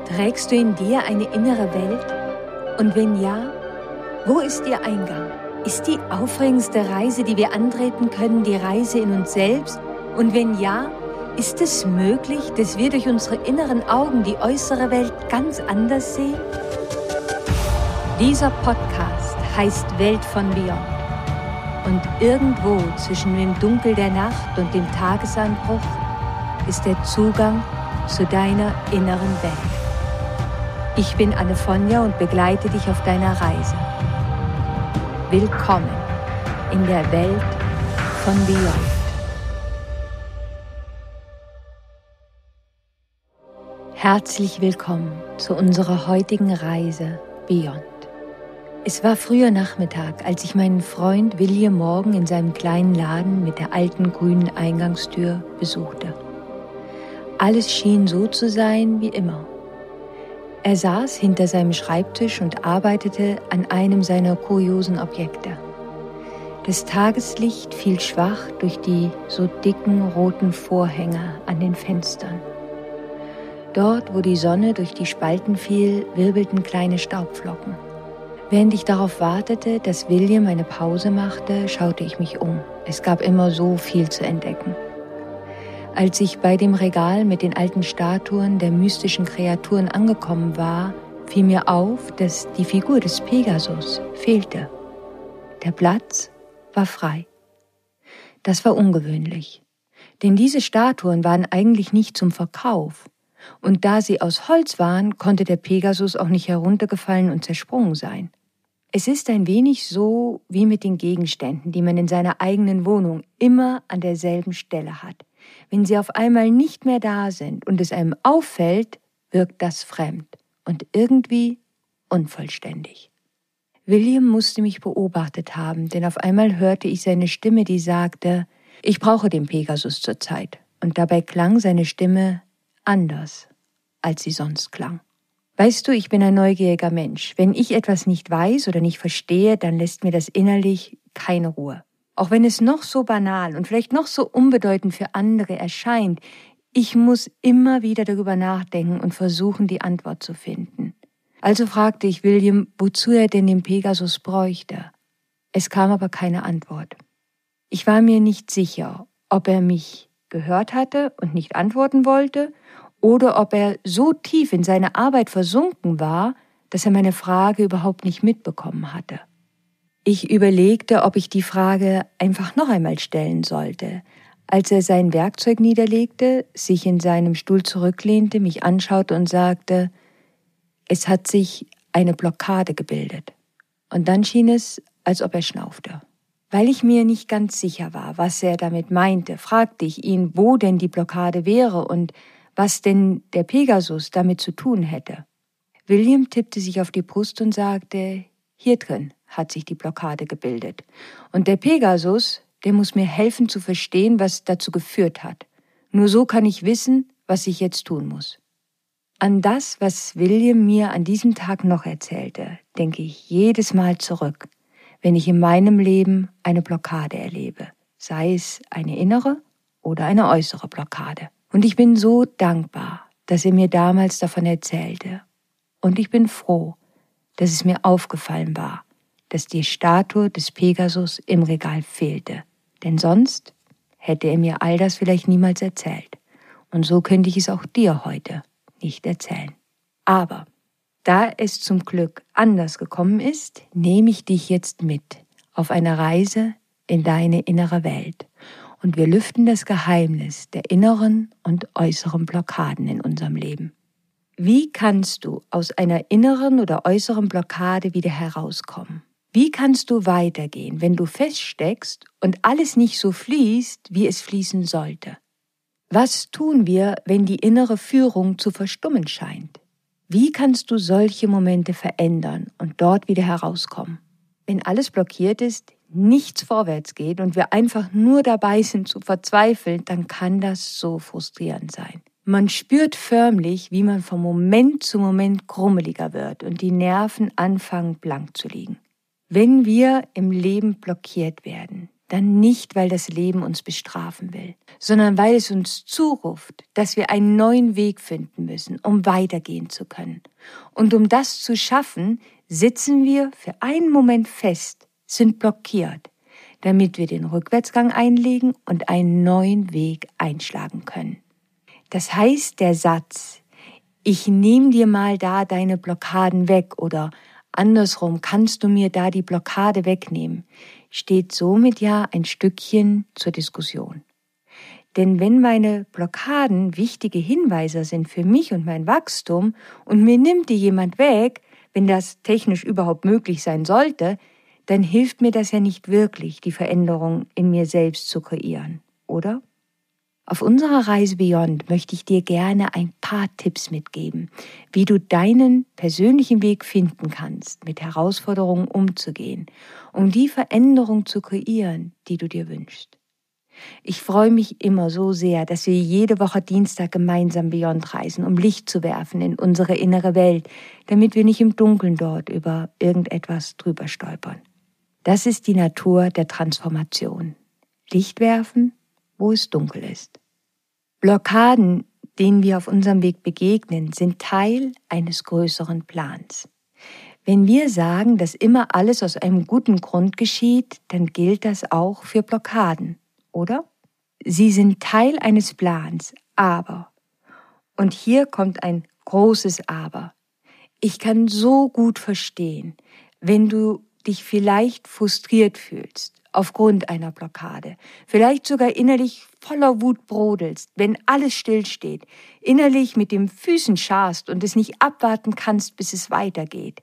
Trägst du in dir eine innere Welt? Und wenn ja, wo ist ihr Eingang? Ist die aufregendste Reise, die wir antreten können, die Reise in uns selbst? Und wenn ja, ist es möglich, dass wir durch unsere inneren Augen die äußere Welt ganz anders sehen? Dieser Podcast heißt Welt von Beyond. Und irgendwo zwischen dem Dunkel der Nacht und dem Tagesanbruch ist der Zugang zu deiner inneren Welt. Ich bin Anne-Fonja und begleite dich auf deiner Reise. Willkommen in der Welt von Beyond. Herzlich willkommen zu unserer heutigen Reise Beyond. Es war früher Nachmittag, als ich meinen Freund William Morgan in seinem kleinen Laden mit der alten grünen Eingangstür besuchte. Alles schien so zu sein wie immer. Er saß hinter seinem Schreibtisch und arbeitete an einem seiner kuriosen Objekte. Das Tageslicht fiel schwach durch die so dicken roten Vorhänge an den Fenstern. Dort, wo die Sonne durch die Spalten fiel, wirbelten kleine Staubflocken. Während ich darauf wartete, dass William eine Pause machte, schaute ich mich um. Es gab immer so viel zu entdecken. Als ich bei dem Regal mit den alten Statuen der mystischen Kreaturen angekommen war, fiel mir auf, dass die Figur des Pegasus fehlte. Der Platz war frei. Das war ungewöhnlich, denn diese Statuen waren eigentlich nicht zum Verkauf. Und da sie aus Holz waren, konnte der Pegasus auch nicht heruntergefallen und zersprungen sein. Es ist ein wenig so wie mit den Gegenständen, die man in seiner eigenen Wohnung immer an derselben Stelle hat. Wenn sie auf einmal nicht mehr da sind und es einem auffällt, wirkt das fremd und irgendwie unvollständig. William musste mich beobachtet haben, denn auf einmal hörte ich seine Stimme, die sagte, ich brauche den Pegasus zurzeit. Und dabei klang seine Stimme anders, als sie sonst klang. Weißt du, ich bin ein neugieriger Mensch. Wenn ich etwas nicht weiß oder nicht verstehe, dann lässt mir das innerlich keine Ruhe. Auch wenn es noch so banal und vielleicht noch so unbedeutend für andere erscheint, ich muss immer wieder darüber nachdenken und versuchen, die Antwort zu finden. Also fragte ich William, wozu er denn den Pegasus bräuchte. Es kam aber keine Antwort. Ich war mir nicht sicher, ob er mich gehört hatte und nicht antworten wollte oder ob er so tief in seine Arbeit versunken war, dass er meine Frage überhaupt nicht mitbekommen hatte. Ich überlegte, ob ich die Frage einfach noch einmal stellen sollte. Als er sein Werkzeug niederlegte, sich in seinem Stuhl zurücklehnte, mich anschaute und sagte, es hat sich eine Blockade gebildet. Und dann schien es, als ob er schnaufte. Weil ich mir nicht ganz sicher war, was er damit meinte, fragte ich ihn, wo denn die Blockade wäre und was denn der Pegasus damit zu tun hätte. William tippte sich auf die Brust und sagte, hier drin hat sich die Blockade gebildet. Und der Pegasus, der muss mir helfen zu verstehen, was dazu geführt hat. Nur so kann ich wissen, was ich jetzt tun muss. An das, was William mir an diesem Tag noch erzählte, denke ich jedes Mal zurück, wenn ich in meinem Leben eine Blockade erlebe, sei es eine innere oder eine äußere Blockade. Und ich bin so dankbar, dass er mir damals davon erzählte. Und ich bin froh, dass es mir aufgefallen war, dass die Statue des Pegasus im Regal fehlte. Denn sonst hätte er mir all das vielleicht niemals erzählt. Und so könnte ich es auch dir heute nicht erzählen. Aber da es zum Glück anders gekommen ist, nehme ich dich jetzt mit auf eine Reise in deine innere Welt. Und wir lüften das Geheimnis der inneren und äußeren Blockaden in unserem Leben. Wie kannst du aus einer inneren oder äußeren Blockade wieder herauskommen? Wie kannst du weitergehen, wenn du feststeckst und alles nicht so fließt, wie es fließen sollte? Was tun wir, wenn die innere Führung zu verstummen scheint? Wie kannst du solche Momente verändern und dort wieder herauskommen? Wenn alles blockiert ist, nichts vorwärts geht und wir einfach nur dabei sind zu verzweifeln, dann kann das so frustrierend sein. Man spürt förmlich, wie man von Moment zu Moment grummeliger wird und die Nerven anfangen blank zu liegen. Wenn wir im Leben blockiert werden, dann nicht, weil das Leben uns bestrafen will, sondern weil es uns zuruft, dass wir einen neuen Weg finden müssen, um weitergehen zu können. Und um das zu schaffen, sitzen wir für einen Moment fest, sind blockiert, damit wir den Rückwärtsgang einlegen und einen neuen Weg einschlagen können. Das heißt, der Satz, ich nehme dir mal da deine Blockaden weg oder andersrum, kannst du mir da die Blockade wegnehmen, steht somit ja ein Stückchen zur Diskussion. Denn wenn meine Blockaden wichtige Hinweise sind für mich und mein Wachstum und mir nimmt die jemand weg, wenn das technisch überhaupt möglich sein sollte, dann hilft mir das ja nicht wirklich, die Veränderung in mir selbst zu kreieren, oder? Auf unserer Reise Beyond möchte ich dir gerne ein paar Tipps mitgeben, wie du deinen persönlichen Weg finden kannst, mit Herausforderungen umzugehen, um die Veränderung zu kreieren, die du dir wünschst. Ich freue mich immer so sehr, dass wir jede Woche Dienstag gemeinsam Beyond reisen, um Licht zu werfen in unsere innere Welt, damit wir nicht im Dunkeln dort über irgendetwas drüber stolpern. Das ist die Natur der Transformation. Licht werfen, wo es dunkel ist. Blockaden, denen wir auf unserem Weg begegnen, sind Teil eines größeren Plans. Wenn wir sagen, dass immer alles aus einem guten Grund geschieht, dann gilt das auch für Blockaden, oder? Sie sind Teil eines Plans, aber, und hier kommt ein großes Aber, ich kann so gut verstehen, wenn du dich vielleicht frustriert fühlst aufgrund einer Blockade, vielleicht sogar innerlich voller Wut brodelst, wenn alles stillsteht, innerlich mit den Füßen scharst und es nicht abwarten kannst, bis es weitergeht.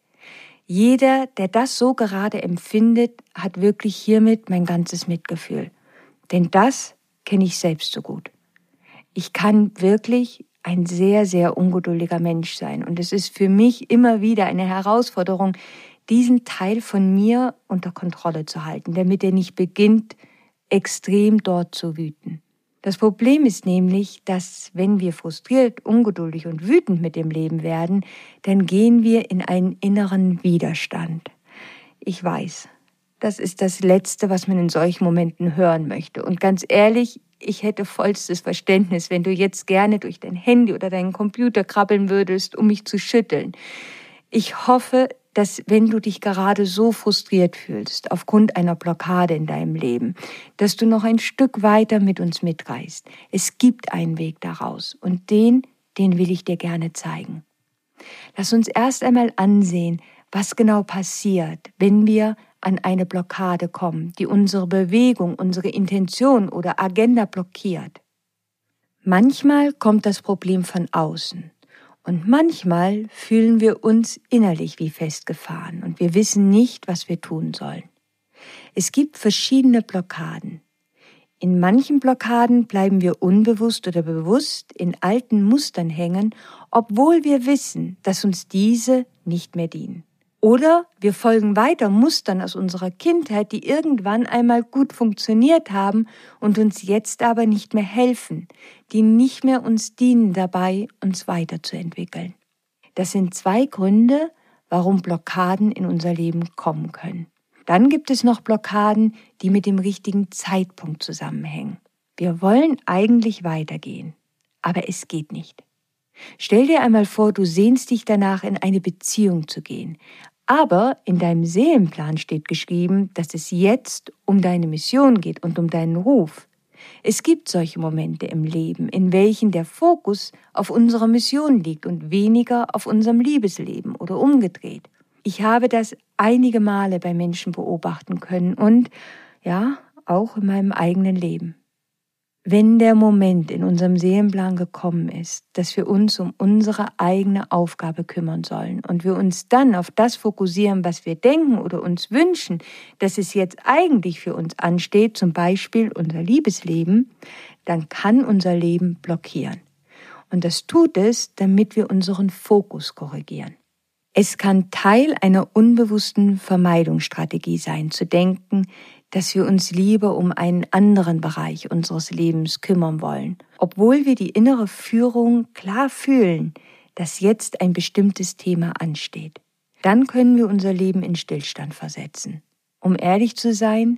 Jeder, der das so gerade empfindet, hat wirklich hiermit mein ganzes Mitgefühl. Denn das kenne ich selbst so gut. Ich kann wirklich ein sehr, sehr ungeduldiger Mensch sein und es ist für mich immer wieder eine Herausforderung, diesen Teil von mir unter Kontrolle zu halten, damit er nicht beginnt, extrem dort zu wüten. Das Problem ist nämlich, dass wenn wir frustriert, ungeduldig und wütend mit dem Leben werden, dann gehen wir in einen inneren Widerstand. Ich weiß, das ist das Letzte, was man in solchen Momenten hören möchte. Und ganz ehrlich, ich hätte vollstes Verständnis, wenn du jetzt gerne durch dein Handy oder deinen Computer krabbeln würdest, um mich zu schütteln. Ich hoffe, dass wenn du dich gerade so frustriert fühlst aufgrund einer Blockade in deinem Leben, dass du noch ein Stück weiter mit uns mitreist. Es gibt einen Weg daraus und den will ich dir gerne zeigen. Lass uns erst einmal ansehen, was genau passiert, wenn wir an eine Blockade kommen, die unsere Bewegung, unsere Intention oder Agenda blockiert. Manchmal kommt das Problem von außen. Und manchmal fühlen wir uns innerlich wie festgefahren und wir wissen nicht, was wir tun sollen. Es gibt verschiedene Blockaden. In manchen Blockaden bleiben wir unbewusst oder bewusst in alten Mustern hängen, obwohl wir wissen, dass uns diese nicht mehr dienen. Oder wir folgen weiter Mustern aus unserer Kindheit, die irgendwann einmal gut funktioniert haben und uns jetzt aber nicht mehr helfen, die nicht mehr uns dienen dabei, uns weiterzuentwickeln. Das sind 2 Gründe, warum Blockaden in unser Leben kommen können. Dann gibt es noch Blockaden, die mit dem richtigen Zeitpunkt zusammenhängen. Wir wollen eigentlich weitergehen, aber es geht nicht. Stell dir einmal vor, du sehnst dich danach, in eine Beziehung zu gehen. Aber in deinem Seelenplan steht geschrieben, dass es jetzt um deine Mission geht und um deinen Ruf. Es gibt solche Momente im Leben, in welchen der Fokus auf unserer Mission liegt und weniger auf unserem Liebesleben oder umgedreht. Ich habe das einige Male bei Menschen beobachten können und ja, auch in meinem eigenen Leben. Wenn der Moment in unserem Seelenplan gekommen ist, dass wir uns um unsere eigene Aufgabe kümmern sollen und wir uns dann auf das fokussieren, was wir denken oder uns wünschen, dass es jetzt eigentlich für uns ansteht, zum Beispiel unser Liebesleben, dann kann unser Leben blockieren. Und das tut es, damit wir unseren Fokus korrigieren. Es kann Teil einer unbewussten Vermeidungsstrategie sein, zu denken, dass wir uns lieber um einen anderen Bereich unseres Lebens kümmern wollen, obwohl wir die innere Führung klar fühlen, dass jetzt ein bestimmtes Thema ansteht. Dann können wir unser Leben in Stillstand versetzen. Um ehrlich zu sein,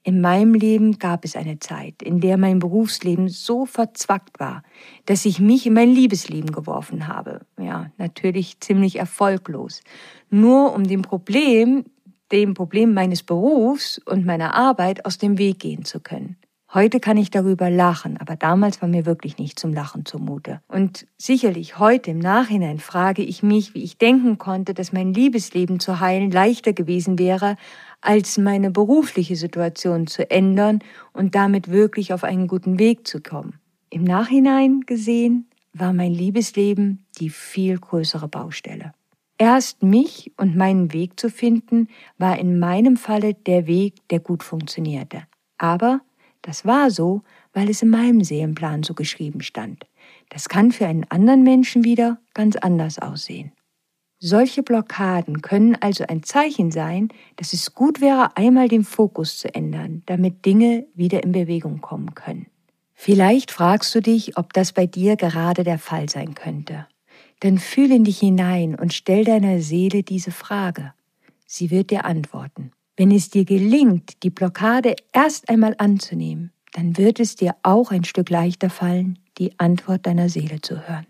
In meinem Leben gab es eine Zeit, in der mein Berufsleben so verzwackt war, dass ich mich in mein Liebesleben geworfen habe. Ja, natürlich ziemlich erfolglos. Nur um dem Problem meines Berufs und meiner Arbeit aus dem Weg gehen zu können. Heute kann ich darüber lachen, aber damals war mir wirklich nicht zum Lachen zumute. Und sicherlich heute im Nachhinein frage ich mich, wie ich denken konnte, dass mein Liebesleben zu heilen leichter gewesen wäre, als meine berufliche Situation zu ändern und damit wirklich auf einen guten Weg zu kommen. Im Nachhinein gesehen war mein Liebesleben die viel größere Baustelle. Erst mich und meinen Weg zu finden, war in meinem Falle der Weg, der gut funktionierte. Aber das war so, weil es in meinem Seelenplan so geschrieben stand. Das kann für einen anderen Menschen wieder ganz anders aussehen. Solche Blockaden können also ein Zeichen sein, dass es gut wäre, einmal den Fokus zu ändern, damit Dinge wieder in Bewegung kommen können. Vielleicht fragst du dich, ob das bei dir gerade der Fall sein könnte. Dann fühl in dich hinein und stell deiner Seele diese Frage. Sie wird dir antworten. Wenn es dir gelingt, die Blockade erst einmal anzunehmen, dann wird es dir auch ein Stück leichter fallen, die Antwort deiner Seele zu hören.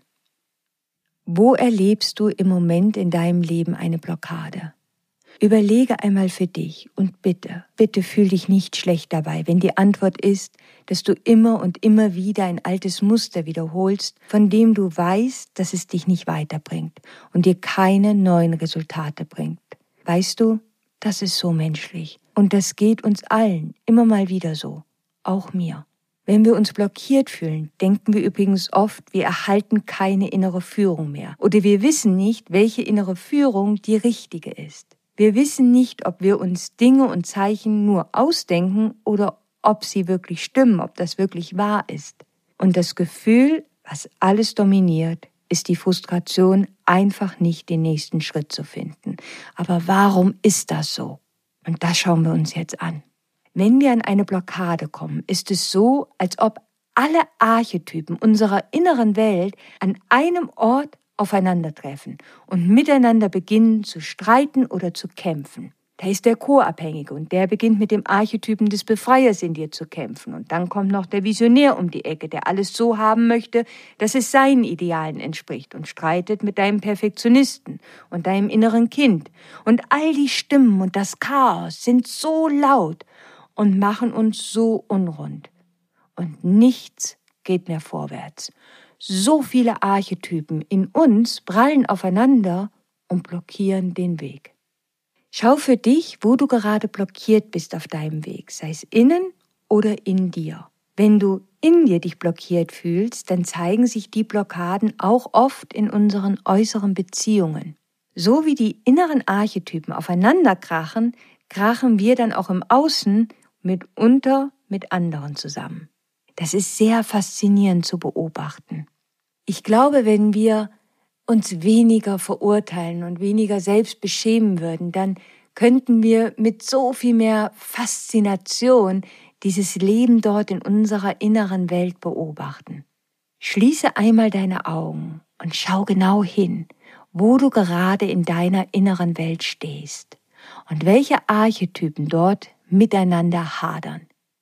Wo erlebst du im Moment in deinem Leben eine Blockade? Überlege einmal für dich und bitte fühl dich nicht schlecht dabei, wenn die Antwort ist, dass du immer und immer wieder ein altes Muster wiederholst, von dem du weißt, dass es dich nicht weiterbringt und dir keine neuen Resultate bringt. Weißt du, das ist so menschlich und das geht uns allen immer mal wieder so, auch mir. Wenn wir uns blockiert fühlen, denken wir übrigens oft, wir erhalten keine innere Führung mehr oder wir wissen nicht, welche innere Führung die richtige ist. Wir wissen nicht, ob wir uns Dinge und Zeichen nur ausdenken oder ob sie wirklich stimmen, ob das wirklich wahr ist. Und das Gefühl, was alles dominiert, ist die Frustration, einfach nicht den nächsten Schritt zu finden. Aber warum ist das so? Und das schauen wir uns jetzt an. Wenn wir an eine Blockade kommen, ist es so, als ob alle Archetypen unserer inneren Welt an einem Ort aufeinandertreffen und miteinander beginnen zu streiten oder zu kämpfen. Da ist der Co-Abhängige und der beginnt mit dem Archetypen des Befreiers in dir zu kämpfen. Und dann kommt noch der Visionär um die Ecke, der alles so haben möchte, dass es seinen Idealen entspricht und streitet mit deinem Perfektionisten und deinem inneren Kind. Und all die Stimmen und das Chaos sind so laut und machen uns so unrund. Und nichts geht mehr vorwärts. So viele Archetypen in uns prallen aufeinander und blockieren den Weg. Schau für dich, wo du gerade blockiert bist auf deinem Weg, sei es innen oder in dir. Wenn du in dir dich blockiert fühlst, dann zeigen sich die Blockaden auch oft in unseren äußeren Beziehungen. So wie die inneren Archetypen aufeinander krachen, krachen wir dann auch im Außen mitunter mit anderen zusammen. Das ist sehr faszinierend zu beobachten. Ich glaube, wenn wir uns weniger verurteilen und weniger selbst beschämen würden, dann könnten wir mit so viel mehr Faszination dieses Leben dort in unserer inneren Welt beobachten. Schließe einmal deine Augen und schau genau hin, wo du gerade in deiner inneren Welt stehst und welche Archetypen dort miteinander hadern.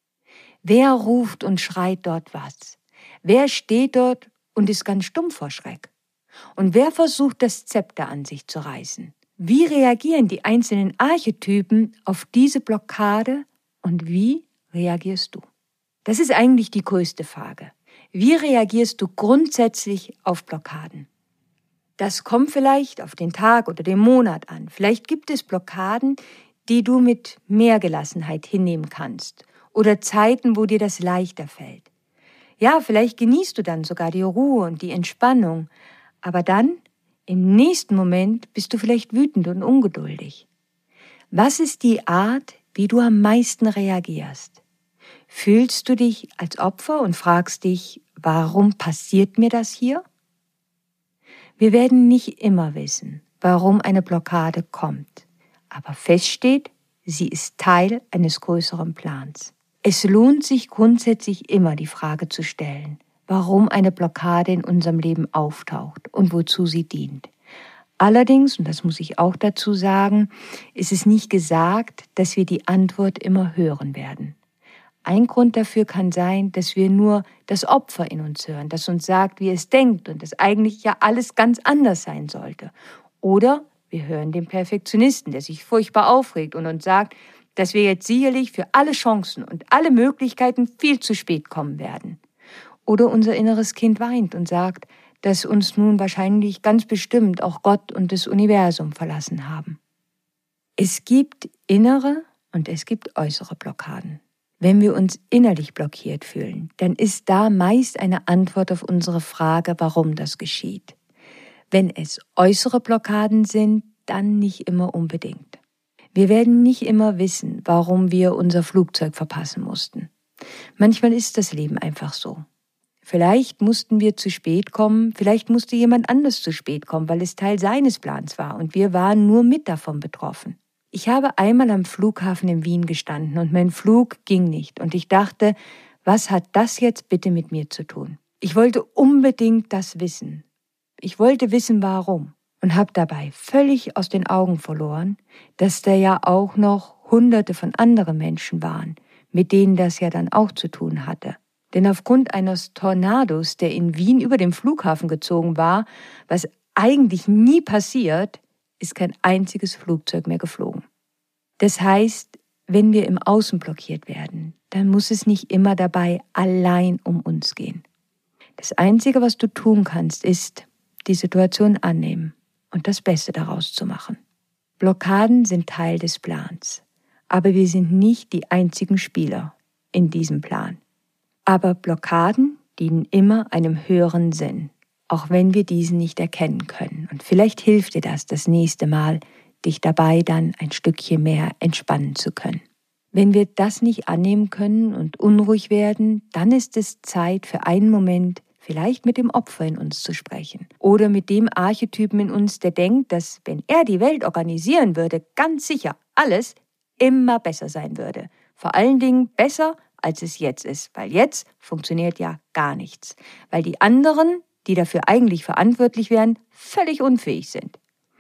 Wer ruft und schreit dort was? Wer steht dort und ist ganz stumm vor Schreck? Und wer versucht, das Zepter an sich zu reißen? Wie reagieren die einzelnen Archetypen auf diese Blockade und wie reagierst du? Das ist eigentlich die größte Frage. Wie reagierst du grundsätzlich auf Blockaden? Das kommt vielleicht auf den Tag oder den Monat an. Vielleicht gibt es Blockaden, die du mit mehr Gelassenheit hinnehmen kannst oder Zeiten, wo dir das leichter fällt. Ja, vielleicht genießt du dann sogar die Ruhe und die Entspannung, aber dann, im nächsten Moment, bist du vielleicht wütend und ungeduldig. Was ist die Art, wie du am meisten reagierst? Fühlst du dich als Opfer und fragst dich, warum passiert mir das hier? Wir werden nicht immer wissen, warum eine Blockade kommt, aber fest steht, sie ist Teil eines größeren Plans. Es lohnt sich grundsätzlich immer die Frage zu stellen, warum eine Blockade in unserem Leben auftaucht und wozu sie dient. Allerdings, und das muss ich auch dazu sagen, ist es nicht gesagt, dass wir die Antwort immer hören werden. Ein Grund dafür kann sein, dass wir nur das Opfer in uns hören, das uns sagt, wie es denkt und dass eigentlich ja alles ganz anders sein sollte. Oder wir hören den Perfektionisten, der sich furchtbar aufregt und uns sagt, dass wir jetzt sicherlich für alle Chancen und alle Möglichkeiten viel zu spät kommen werden. Oder unser inneres Kind weint und sagt, dass uns nun wahrscheinlich ganz bestimmt auch Gott und das Universum verlassen haben. Es gibt innere und es gibt äußere Blockaden. Wenn wir uns innerlich blockiert fühlen, dann ist da meist eine Antwort auf unsere Frage, warum das geschieht. Wenn es äußere Blockaden sind, dann nicht immer unbedingt. Wir werden nicht immer wissen, warum wir unser Flugzeug verpassen mussten. Manchmal ist das Leben einfach so. Vielleicht mussten wir zu spät kommen, vielleicht musste jemand anders zu spät kommen, weil es Teil seines Plans war und wir waren nur mit davon betroffen. Ich habe einmal am Flughafen in Wien gestanden und mein Flug ging nicht und ich dachte, was hat das jetzt bitte mit mir zu tun? Ich wollte unbedingt das wissen. Ich wollte wissen, warum und habe dabei völlig aus den Augen verloren, dass da ja auch noch Hunderte von anderen Menschen waren, mit denen das ja dann auch zu tun hatte. Denn aufgrund eines Tornados, der in Wien über dem Flughafen gezogen war, was eigentlich nie passiert, ist kein einziges Flugzeug mehr geflogen. Das heißt, wenn wir im Außen blockiert werden, dann muss es nicht immer dabei allein um uns gehen. Das Einzige, was du tun kannst, ist, die Situation annehmen und das Beste daraus zu machen. Blockaden sind Teil des Plans, aber wir sind nicht die einzigen Spieler in diesem Plan. Aber Blockaden dienen immer einem höheren Sinn, auch wenn wir diesen nicht erkennen können. Und vielleicht hilft dir das nächste Mal, dich dabei dann ein Stückchen mehr entspannen zu können. Wenn wir das nicht annehmen können und unruhig werden, dann ist es Zeit für einen Moment, vielleicht mit dem Opfer in uns zu sprechen. Oder mit dem Archetypen in uns, der denkt, dass, wenn er die Welt organisieren würde, ganz sicher alles immer besser sein würde. Vor allen Dingen besser, als es jetzt ist, weil jetzt funktioniert ja gar nichts. Weil die anderen, die dafür eigentlich verantwortlich wären, völlig unfähig sind.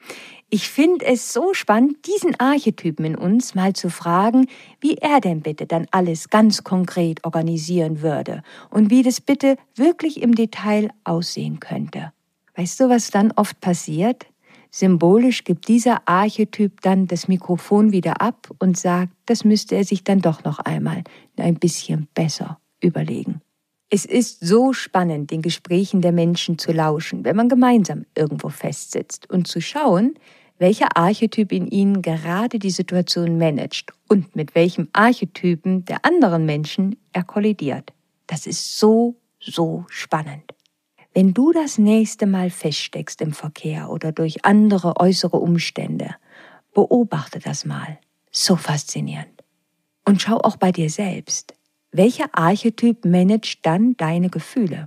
Ich finde es so spannend, diesen Archetypen in uns mal zu fragen, wie er denn bitte dann alles ganz konkret organisieren würde und wie das bitte wirklich im Detail aussehen könnte. Weißt du, was dann oft passiert? Symbolisch gibt dieser Archetyp dann das Mikrofon wieder ab und sagt, das müsste er sich dann doch noch einmal ein bisschen besser überlegen. Es ist so spannend, den Gesprächen der Menschen zu lauschen, wenn man gemeinsam irgendwo festsitzt und zu schauen, welcher Archetyp in ihnen gerade die Situation managt und mit welchem Archetypen der anderen Menschen er kollidiert. Das ist so spannend. Wenn du das nächste Mal feststeckst im Verkehr oder durch andere äußere Umstände, beobachte das mal. So faszinierend. Und schau auch bei dir selbst. Welcher Archetyp managt dann deine Gefühle?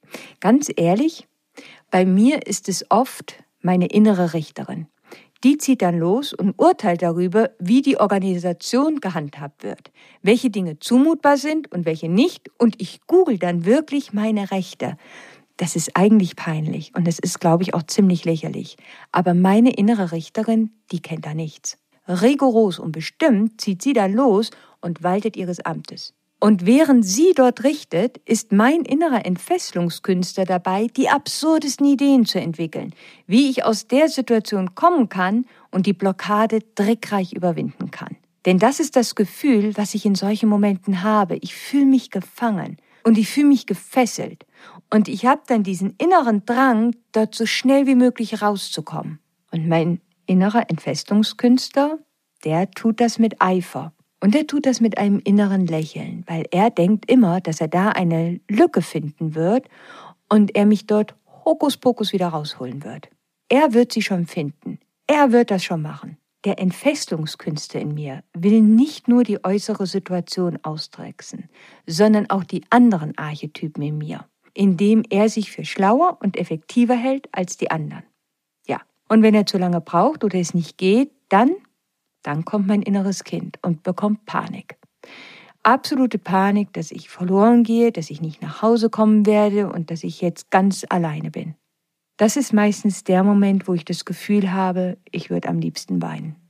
Ganz ehrlich, bei mir ist es oft meine innere Richterin. Die zieht dann los und urteilt darüber, wie die Organisation gehandhabt wird, welche Dinge zumutbar sind und welche nicht. Und ich google dann wirklich meine Rechte. Das ist eigentlich peinlich und es ist, glaube ich, auch ziemlich lächerlich. Aber meine innere Richterin, die kennt da nichts. Rigoros und bestimmt zieht sie dann los und waltet ihres Amtes. Und während sie dort richtet, ist mein innerer Entfesselungskünstler dabei, die absurdesten Ideen zu entwickeln, wie ich aus der Situation kommen kann und die Blockade trickreich überwinden kann. Denn das ist das Gefühl, was ich in solchen Momenten habe. Ich fühle mich gefangen und ich fühle mich gefesselt. Und ich habe dann diesen inneren Drang, dort so schnell wie möglich rauszukommen. Und mein innerer Entfesselungskünstler, der tut das mit Eifer. Und er tut das mit einem inneren Lächeln, weil er denkt immer, dass er da eine Lücke finden wird und er mich dort Hokuspokus wieder rausholen wird. Er wird sie schon finden. Er wird das schon machen. Der Entfesselungskünstler in mir will nicht nur die äußere Situation austricksen, sondern auch die anderen Archetypen in mir, indem er sich für schlauer und effektiver hält als die anderen. Ja, und wenn er zu lange braucht oder es nicht geht, dann kommt mein inneres Kind und bekommt Panik. Absolute Panik, dass ich verloren gehe, dass ich nicht nach Hause kommen werde und dass ich jetzt ganz alleine bin. Das ist meistens der Moment, wo ich das Gefühl habe, ich würde am liebsten weinen.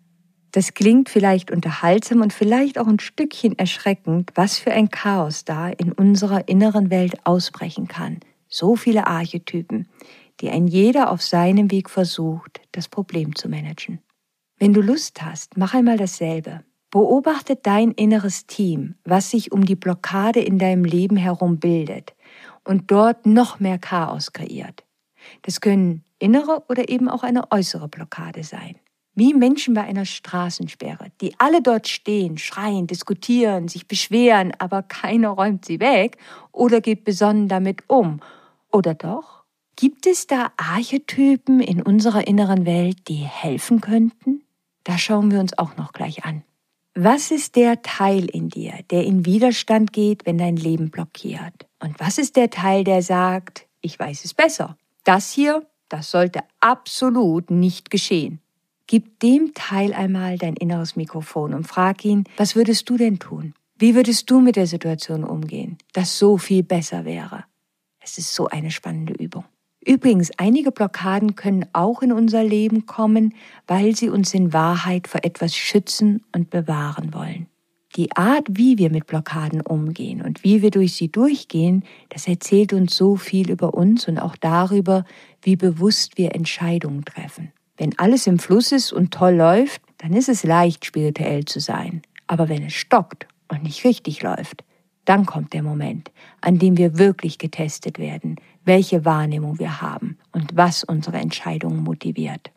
Das klingt vielleicht unterhaltsam und vielleicht auch ein Stückchen erschreckend, was für ein Chaos da in unserer inneren Welt ausbrechen kann. So viele Archetypen, die ein jeder auf seinem Weg versucht, das Problem zu managen. Wenn du Lust hast, mach einmal dasselbe. Beobachte dein inneres Team, was sich um die Blockade in deinem Leben herum bildet und dort noch mehr Chaos kreiert. Das können innere oder eben auch eine äußere Blockade sein. Wie Menschen bei einer Straßensperre, die alle dort stehen, schreien, diskutieren, sich beschweren, aber keiner räumt sie weg oder geht besonnen damit um. Oder doch? Gibt es da Archetypen in unserer inneren Welt, die helfen könnten? Das schauen wir uns auch noch gleich an. Was ist der Teil in dir, der in Widerstand geht, wenn dein Leben blockiert? Und was ist der Teil, der sagt, ich weiß es besser? Das hier, das sollte absolut nicht geschehen. Gib dem Teil einmal dein inneres Mikrofon und frag ihn, was würdest du denn tun? Wie würdest du mit der Situation umgehen, dass so viel besser wäre? Es ist so eine spannende Übung. Übrigens, einige Blockaden können auch in unser Leben kommen, weil sie uns in Wahrheit vor etwas schützen und bewahren wollen. Die Art, wie wir mit Blockaden umgehen und wie wir durch sie durchgehen, das erzählt uns so viel über uns und auch darüber, wie bewusst wir Entscheidungen treffen. Wenn alles im Fluss ist und toll läuft, dann ist es leicht, spirituell zu sein. Aber wenn es stockt und nicht richtig läuft, dann kommt der Moment, an dem wir wirklich getestet werden, welche Wahrnehmung wir haben und was unsere Entscheidungen motiviert.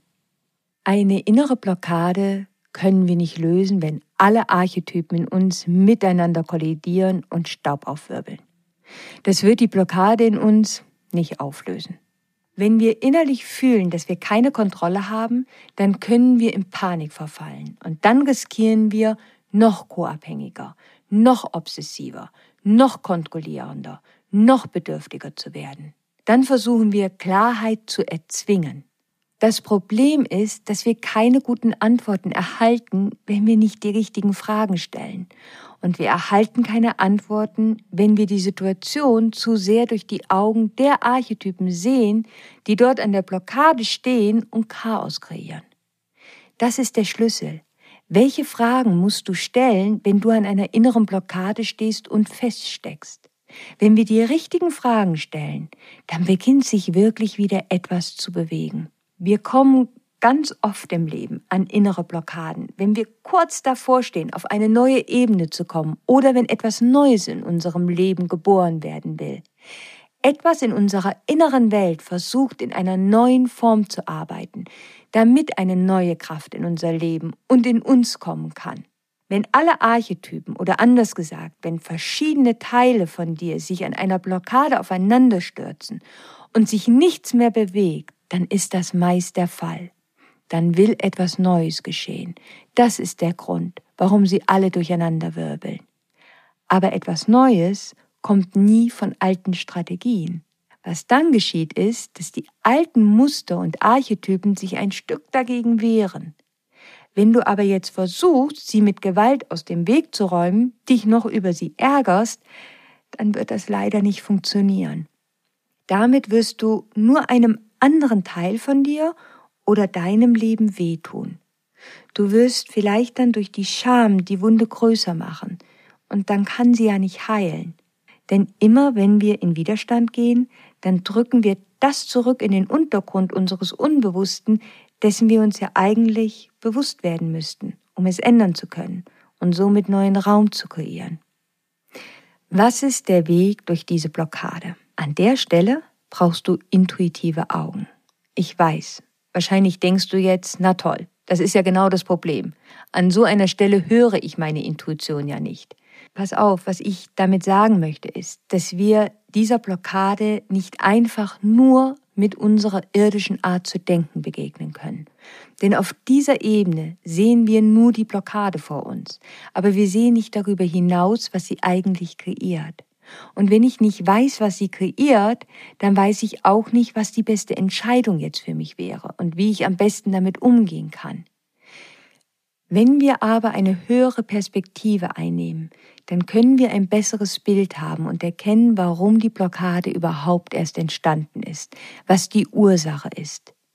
Eine innere Blockade können wir nicht lösen, wenn alle Archetypen in uns miteinander kollidieren und Staub aufwirbeln. Das wird die Blockade in uns nicht auflösen. Wenn wir innerlich fühlen, dass wir keine Kontrolle haben, dann können wir in Panik verfallen und dann riskieren wir, noch co-abhängiger, noch obsessiver, noch kontrollierender, noch bedürftiger zu werden. Dann versuchen wir, Klarheit zu erzwingen. Das Problem ist, dass wir keine guten Antworten erhalten, wenn wir nicht die richtigen Fragen stellen. Und wir erhalten keine Antworten, wenn wir die Situation zu sehr durch die Augen der Archetypen sehen, die dort an der Blockade stehen und Chaos kreieren. Das ist der Schlüssel. Welche Fragen musst du stellen, wenn du an einer inneren Blockade stehst und feststeckst? Wenn wir die richtigen Fragen stellen, dann beginnt sich wirklich wieder etwas zu bewegen. Wir kommen ganz oft im Leben an innere Blockaden, wenn wir kurz davor stehen, auf eine neue Ebene zu kommen oder wenn etwas Neues in unserem Leben geboren werden will. Etwas in unserer inneren Welt versucht, in einer neuen Form zu arbeiten, damit eine neue Kraft in unser Leben und in uns kommen kann. Wenn alle Archetypen oder anders gesagt, wenn verschiedene Teile von dir sich an einer Blockade aufeinander stürzen und sich nichts mehr bewegt, dann ist das meist der Fall. Dann will etwas Neues geschehen. Das ist der Grund, warum sie alle durcheinander wirbeln. Aber etwas Neues kommt nie von alten Strategien. Was dann geschieht ist, dass die alten Muster und Archetypen sich ein Stück dagegen wehren. Wenn du aber jetzt versuchst, sie mit Gewalt aus dem Weg zu räumen, dich noch über sie ärgerst, dann wird das leider nicht funktionieren. Damit wirst du nur einem anderen Teil von dir oder deinem Leben wehtun. Du wirst vielleicht dann durch die Scham die Wunde größer machen und dann kann sie ja nicht heilen. Denn immer wenn wir in Widerstand gehen, dann drücken wir das zurück in den Untergrund unseres Unbewussten, dessen wir uns ja eigentlich bewusst werden müssten, um es ändern zu können und somit neuen Raum zu kreieren. Was ist der Weg durch diese Blockade? An der Stelle brauchst du intuitive Augen. Ich weiß, wahrscheinlich denkst du jetzt, na toll, das ist ja genau das Problem. An so einer Stelle höre ich meine Intuition ja nicht. Pass auf, was ich damit sagen möchte, ist, dass wir dieser Blockade nicht einfach nur mit unserer irdischen Art zu denken begegnen können. Denn auf dieser Ebene sehen wir nur die Blockade vor uns, aber wir sehen nicht darüber hinaus, was sie eigentlich kreiert. Und wenn ich nicht weiß, was sie kreiert, dann weiß ich auch nicht, was die beste Entscheidung jetzt für mich wäre und wie ich am besten damit umgehen kann. Wenn wir aber eine höhere Perspektive einnehmen, dann können wir ein besseres Bild haben und erkennen, warum die Blockade überhaupt erst entstanden ist, was die Ursache ist.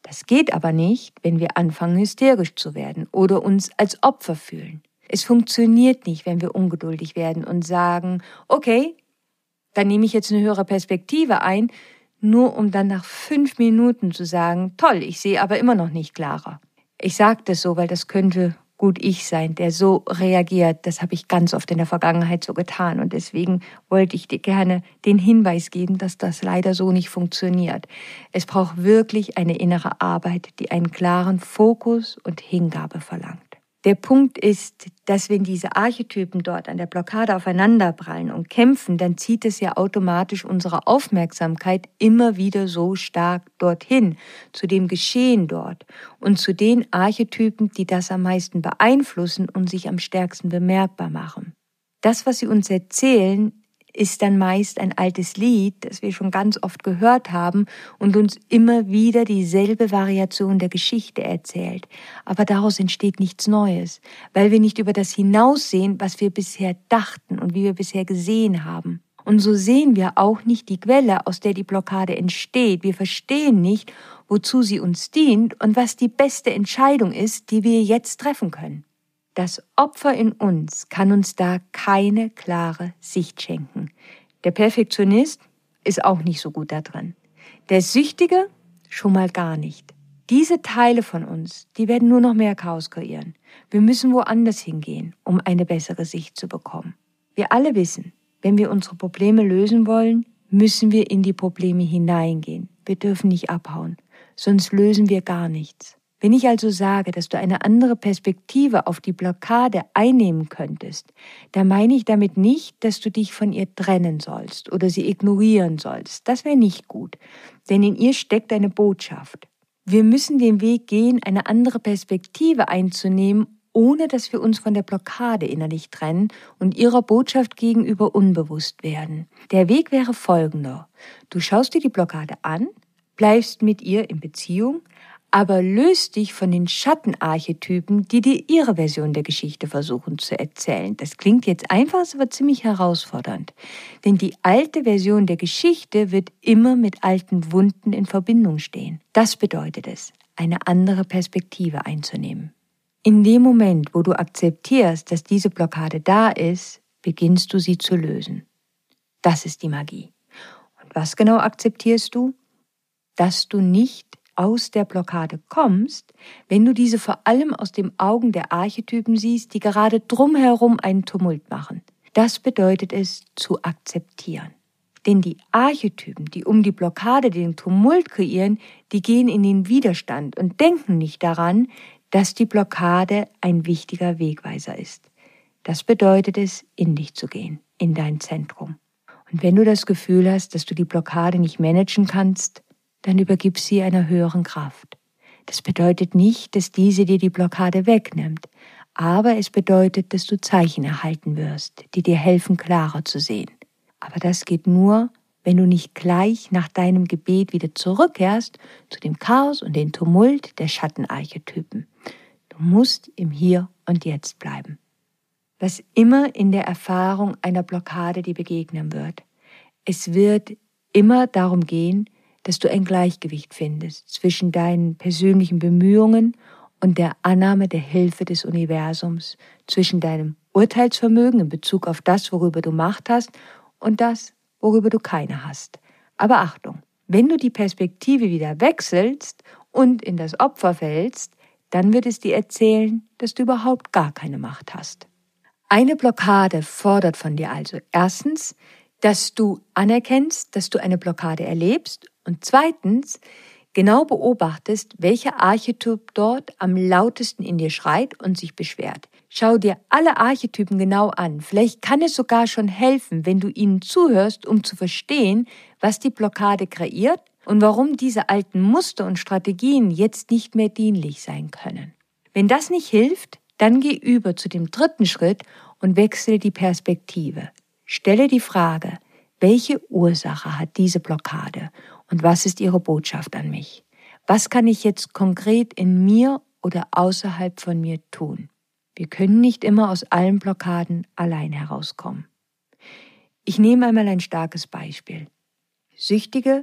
Das geht aber nicht, wenn wir anfangen, hysterisch zu werden oder uns als Opfer fühlen. Es funktioniert nicht, wenn wir ungeduldig werden und sagen, okay, dann nehme ich jetzt eine höhere Perspektive ein, nur um dann nach 5 Minuten zu sagen, toll, ich sehe aber immer noch nicht klarer. Ich sage das so, weil das könnte gut ich sein, der so reagiert. Das habe ich ganz oft in der Vergangenheit so getan und deswegen wollte ich dir gerne den Hinweis geben, dass das leider so nicht funktioniert. Es braucht wirklich eine innere Arbeit, die einen klaren Fokus und Hingabe verlangt. Der Punkt ist, dass wenn diese Archetypen dort an der Blockade aufeinanderprallen und kämpfen, dann zieht es ja automatisch unsere Aufmerksamkeit immer wieder so stark dorthin, zu dem Geschehen dort und zu den Archetypen, die das am meisten beeinflussen und sich am stärksten bemerkbar machen. Das, was sie uns erzählen, ist dann meist ein altes Lied, das wir schon ganz oft gehört haben und uns immer wieder dieselbe Variation der Geschichte erzählt. Aber daraus entsteht nichts Neues, weil wir nicht über das hinaussehen, was wir bisher dachten und wie wir bisher gesehen haben. Und so sehen wir auch nicht die Quelle, aus der die Blockade entsteht. Wir verstehen nicht, wozu sie uns dient und was die beste Entscheidung ist, die wir jetzt treffen können. Das Opfer in uns kann uns da keine klare Sicht schenken. Der Perfektionist ist auch nicht so gut da drin. Der Süchtige schon mal gar nicht. Diese Teile von uns, die werden nur noch mehr Chaos kreieren. Wir müssen woanders hingehen, um eine bessere Sicht zu bekommen. Wir alle wissen, wenn wir unsere Probleme lösen wollen, müssen wir in die Probleme hineingehen. Wir dürfen nicht abhauen, sonst lösen wir gar nichts. Wenn ich also sage, dass du eine andere Perspektive auf die Blockade einnehmen könntest, dann meine ich damit nicht, dass du dich von ihr trennen sollst oder sie ignorieren sollst. Das wäre nicht gut, denn in ihr steckt eine Botschaft. Wir müssen den Weg gehen, eine andere Perspektive einzunehmen, ohne dass wir uns von der Blockade innerlich trennen und ihrer Botschaft gegenüber unbewusst werden. Der Weg wäre folgender. Du schaust dir die Blockade an, bleibst mit ihr in Beziehung, aber löst dich von den Schattenarchetypen, die dir ihre Version der Geschichte versuchen zu erzählen. Das klingt jetzt einfach, es wird ziemlich herausfordernd. Denn die alte Version der Geschichte wird immer mit alten Wunden in Verbindung stehen. Das bedeutet es, eine andere Perspektive einzunehmen. In dem Moment, wo du akzeptierst, dass diese Blockade da ist, beginnst du sie zu lösen. Das ist die Magie. Und was genau akzeptierst du? Dass du nicht aus der Blockade kommst, wenn du diese vor allem aus den Augen der Archetypen siehst, die gerade drumherum einen Tumult machen. Das bedeutet es, zu akzeptieren. Denn die Archetypen, die um die Blockade den Tumult kreieren, die gehen in den Widerstand und denken nicht daran, dass die Blockade ein wichtiger Wegweiser ist. Das bedeutet es, in dich zu gehen, in dein Zentrum. Und wenn du das Gefühl hast, dass du die Blockade nicht managen kannst, dann übergib sie einer höheren Kraft. Das bedeutet nicht, dass diese dir die Blockade wegnimmt, aber es bedeutet, dass du Zeichen erhalten wirst, die dir helfen, klarer zu sehen. Aber das geht nur, wenn du nicht gleich nach deinem Gebet wieder zurückkehrst zu dem Chaos und dem Tumult der Schattenarchetypen. Du musst im Hier und Jetzt bleiben. Was immer in der Erfahrung einer Blockade dir begegnen wird, es wird immer darum gehen, dass du ein Gleichgewicht findest zwischen deinen persönlichen Bemühungen und der Annahme der Hilfe des Universums, zwischen deinem Urteilsvermögen in Bezug auf das, worüber du Macht hast, und das, worüber du keine hast. Aber Achtung, wenn du die Perspektive wieder wechselst und in das Opfer fällst, dann wird es dir erzählen, dass du überhaupt gar keine Macht hast. Eine Blockade fordert von dir also erstens, dass du anerkennst, dass du eine Blockade erlebst und zweitens genau beobachtest, welcher Archetyp dort am lautesten in dir schreit und sich beschwert. Schau dir alle Archetypen genau an. Vielleicht kann es sogar schon helfen, wenn du ihnen zuhörst, um zu verstehen, was die Blockade kreiert und warum diese alten Muster und Strategien jetzt nicht mehr dienlich sein können. Wenn das nicht hilft, dann geh über zu dem dritten Schritt und wechsle die Perspektive. Stelle die Frage, welche Ursache hat diese Blockade und was ist ihre Botschaft an mich? Was kann ich jetzt konkret in mir oder außerhalb von mir tun? Wir können nicht immer aus allen Blockaden allein herauskommen. Ich nehme einmal ein starkes Beispiel. Süchtige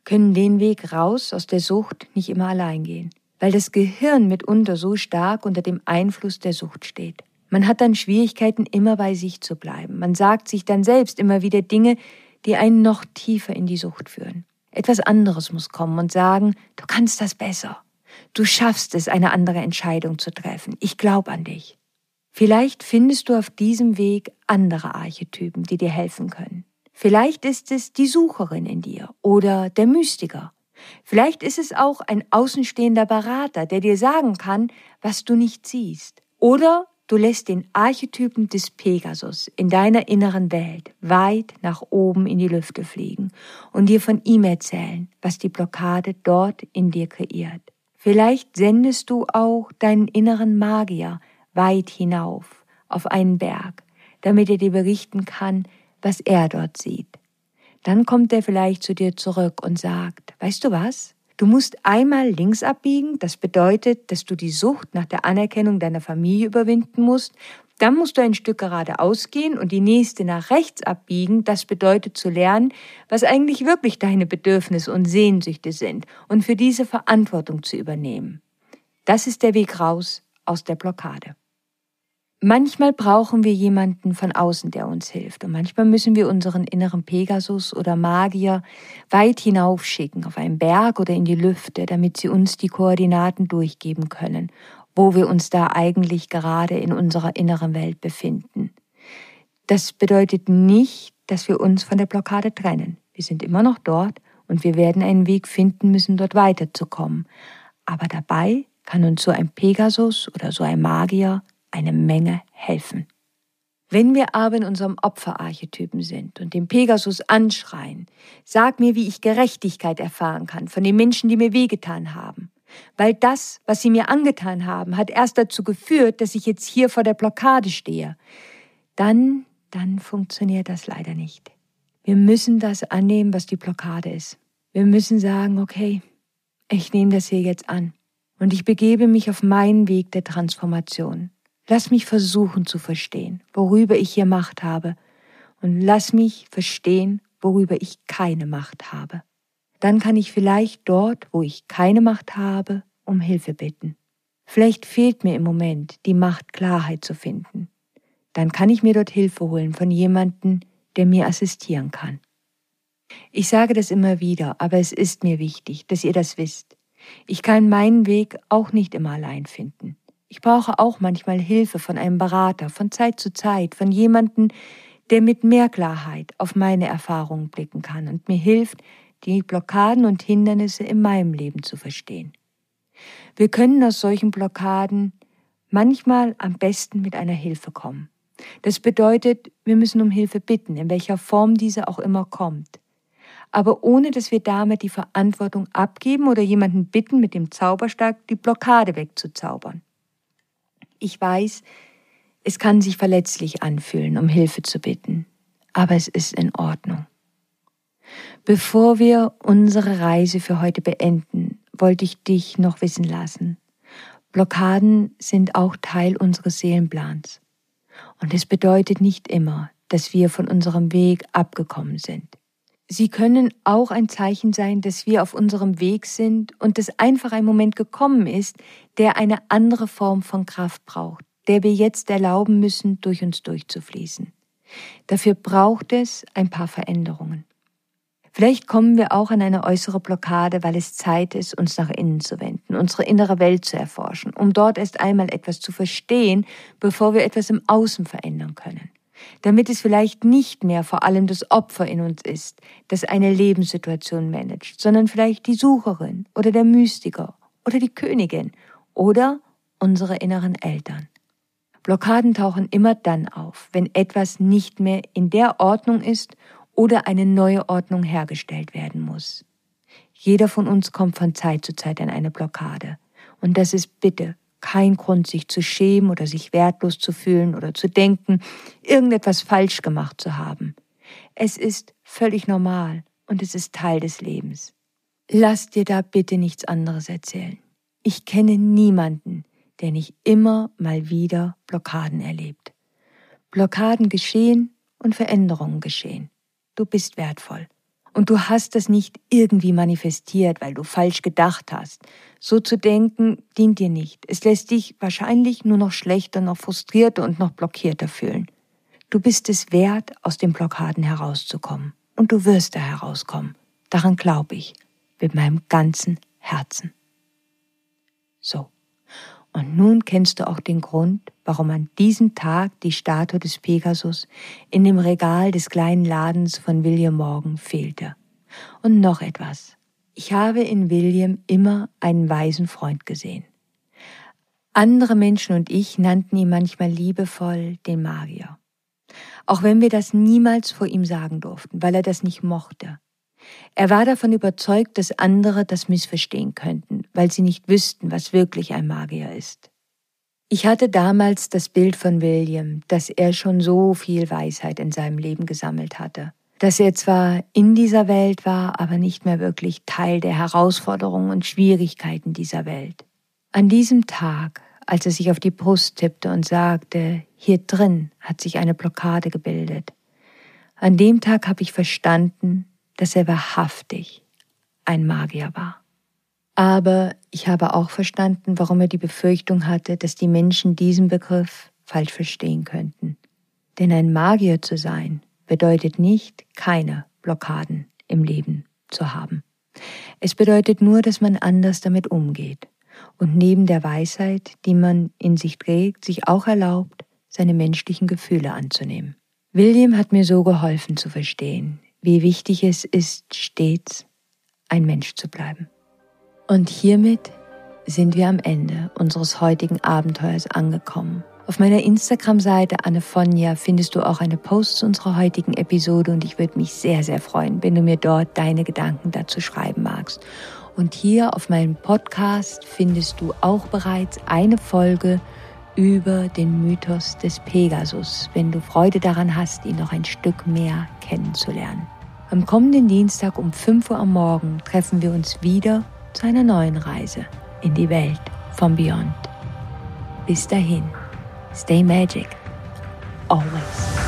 können den Weg raus aus der Sucht nicht immer allein gehen, weil das Gehirn mitunter so stark unter dem Einfluss der Sucht steht. Man hat dann Schwierigkeiten, immer bei sich zu bleiben. Man sagt sich dann selbst immer wieder Dinge, die einen noch tiefer in die Sucht führen. Etwas anderes muss kommen und sagen, du kannst das besser. Du schaffst es, eine andere Entscheidung zu treffen. Ich glaube an dich. Vielleicht findest du auf diesem Weg andere Archetypen, die dir helfen können. Vielleicht ist es die Sucherin in dir oder der Mystiker. Vielleicht ist es auch ein außenstehender Berater, der dir sagen kann, was du nicht siehst. Oder du lässt den Archetypen des Pegasus in deiner inneren Welt weit nach oben in die Lüfte fliegen und dir von ihm erzählen, was die Blockade dort in dir kreiert. Vielleicht sendest du auch deinen inneren Magier weit hinauf auf einen Berg, damit er dir berichten kann, was er dort sieht. Dann kommt er vielleicht zu dir zurück und sagt, weißt du was? Du musst einmal links abbiegen, das bedeutet, dass du die Sucht nach der Anerkennung deiner Familie überwinden musst. Dann musst du ein Stück geradeaus gehen und die nächste nach rechts abbiegen. Das bedeutet zu lernen, was eigentlich wirklich deine Bedürfnisse und Sehnsüchte sind und für diese Verantwortung zu übernehmen. Das ist der Weg raus aus der Blockade. Manchmal brauchen wir jemanden von außen, der uns hilft. Und manchmal müssen wir unseren inneren Pegasus oder Magier weit hinaufschicken, auf einen Berg oder in die Lüfte, damit sie uns die Koordinaten durchgeben können, wo wir uns da eigentlich gerade in unserer inneren Welt befinden. Das bedeutet nicht, dass wir uns von der Blockade trennen. Wir sind immer noch dort und wir werden einen Weg finden müssen, dort weiterzukommen. Aber dabei kann uns so ein Pegasus oder so ein Magier eine Menge helfen. Wenn wir aber in unserem Opferarchetypen sind und den Pegasus anschreien, sag mir, wie ich Gerechtigkeit erfahren kann von den Menschen, die mir wehgetan haben. Weil das, was sie mir angetan haben, hat erst dazu geführt, dass ich jetzt hier vor der Blockade stehe. Dann funktioniert das leider nicht. Wir müssen das annehmen, was die Blockade ist. Wir müssen sagen, okay, ich nehme das hier jetzt an und ich begebe mich auf meinen Weg der Transformation. Lass mich versuchen zu verstehen, worüber ich hier Macht habe, und lass mich verstehen, worüber ich keine Macht habe. Dann kann ich vielleicht dort, wo ich keine Macht habe, um Hilfe bitten. Vielleicht fehlt mir im Moment die Macht, Klarheit zu finden. Dann kann ich mir dort Hilfe holen von jemandem, der mir assistieren kann. Ich sage das immer wieder, aber es ist mir wichtig, dass ihr das wisst. Ich kann meinen Weg auch nicht immer allein finden. Ich brauche auch manchmal Hilfe von einem Berater, von Zeit zu Zeit, von jemandem, der mit mehr Klarheit auf meine Erfahrungen blicken kann und mir hilft, die Blockaden und Hindernisse in meinem Leben zu verstehen. Wir können aus solchen Blockaden manchmal am besten mit einer Hilfe kommen. Das bedeutet, wir müssen um Hilfe bitten, in welcher Form diese auch immer kommt. Aber ohne, dass wir damit die Verantwortung abgeben oder jemanden bitten, mit dem Zauberstab die Blockade wegzuzaubern. Ich weiß, es kann sich verletzlich anfühlen, um Hilfe zu bitten, aber es ist in Ordnung. Bevor wir unsere Reise für heute beenden, wollte ich dich noch wissen lassen. Blockaden sind auch Teil unseres Seelenplans. Und es bedeutet nicht immer, dass wir von unserem Weg abgekommen sind. Sie können auch ein Zeichen sein, dass wir auf unserem Weg sind und dass einfach ein Moment gekommen ist, der eine andere Form von Kraft braucht, der wir jetzt erlauben müssen, durch uns durchzufließen. Dafür braucht es ein paar Veränderungen. Vielleicht kommen wir auch an eine äußere Blockade, weil es Zeit ist, uns nach innen zu wenden, unsere innere Welt zu erforschen, um dort erst einmal etwas zu verstehen, bevor wir etwas im Außen verändern können. Damit es vielleicht nicht mehr vor allem das Opfer in uns ist, das eine Lebenssituation managt, sondern vielleicht die Sucherin oder der Mystiker oder die Königin oder unsere inneren Eltern. Blockaden tauchen immer dann auf, wenn etwas nicht mehr in der Ordnung ist oder eine neue Ordnung hergestellt werden muss. Jeder von uns kommt von Zeit zu Zeit an eine Blockade. Und das ist bitte kein Grund, sich zu schämen oder sich wertlos zu fühlen oder zu denken, irgendetwas falsch gemacht zu haben. Es ist völlig normal und es ist Teil des Lebens. Lass dir da bitte nichts anderes erzählen. Ich kenne niemanden, der nicht immer mal wieder Blockaden erlebt. Blockaden geschehen und Veränderungen geschehen. Du bist wertvoll. Und du hast das nicht irgendwie manifestiert, weil du falsch gedacht hast. So zu denken dient dir nicht. Es lässt dich wahrscheinlich nur noch schlechter, noch frustrierter und noch blockierter fühlen. Du bist es wert, aus den Blockaden herauszukommen. Und du wirst da herauskommen. Daran glaube ich. Mit meinem ganzen Herzen. So. Und nun kennst du auch den Grund, warum an diesem Tag die Statue des Pegasus in dem Regal des kleinen Ladens von William Morgan fehlte. Und noch etwas. Ich habe in William immer einen weisen Freund gesehen. Andere Menschen und ich nannten ihn manchmal liebevoll den Magier. Auch wenn wir das niemals vor ihm sagen durften, weil er das nicht mochte. Er war davon überzeugt, dass andere das missverstehen könnten, weil sie nicht wüssten, was wirklich ein Magier ist. Ich hatte damals das Bild von William, dass er schon so viel Weisheit in seinem Leben gesammelt hatte. Dass er zwar in dieser Welt war, aber nicht mehr wirklich Teil der Herausforderungen und Schwierigkeiten dieser Welt. An diesem Tag, als er sich auf die Brust tippte und sagte, hier drin hat sich eine Blockade gebildet. An dem Tag habe ich verstanden, dass er wahrhaftig ein Magier war. Aber ich habe auch verstanden, warum er die Befürchtung hatte, dass die Menschen diesen Begriff falsch verstehen könnten. Denn ein Magier zu sein, bedeutet nicht, keine Blockaden im Leben zu haben. Es bedeutet nur, dass man anders damit umgeht und neben der Weisheit, die man in sich trägt, sich auch erlaubt, seine menschlichen Gefühle anzunehmen. William hat mir so geholfen zu verstehen, wie wichtig es ist, stets ein Mensch zu bleiben. Und hiermit sind wir am Ende unseres heutigen Abenteuers angekommen. Auf meiner Instagram-Seite Annefonja findest du auch eine Post zu unserer heutigen Episode und ich würde mich sehr, sehr freuen, wenn du mir dort deine Gedanken dazu schreiben magst. Und hier auf meinem Podcast findest du auch bereits eine Folge über den Mythos des Pegasus, wenn du Freude daran hast, ihn noch ein Stück mehr kennenzulernen. Am kommenden Dienstag um 5 Uhr am Morgen treffen wir uns wieder zu einer neuen Reise in die Welt von Beyond. Bis dahin, stay magic, always.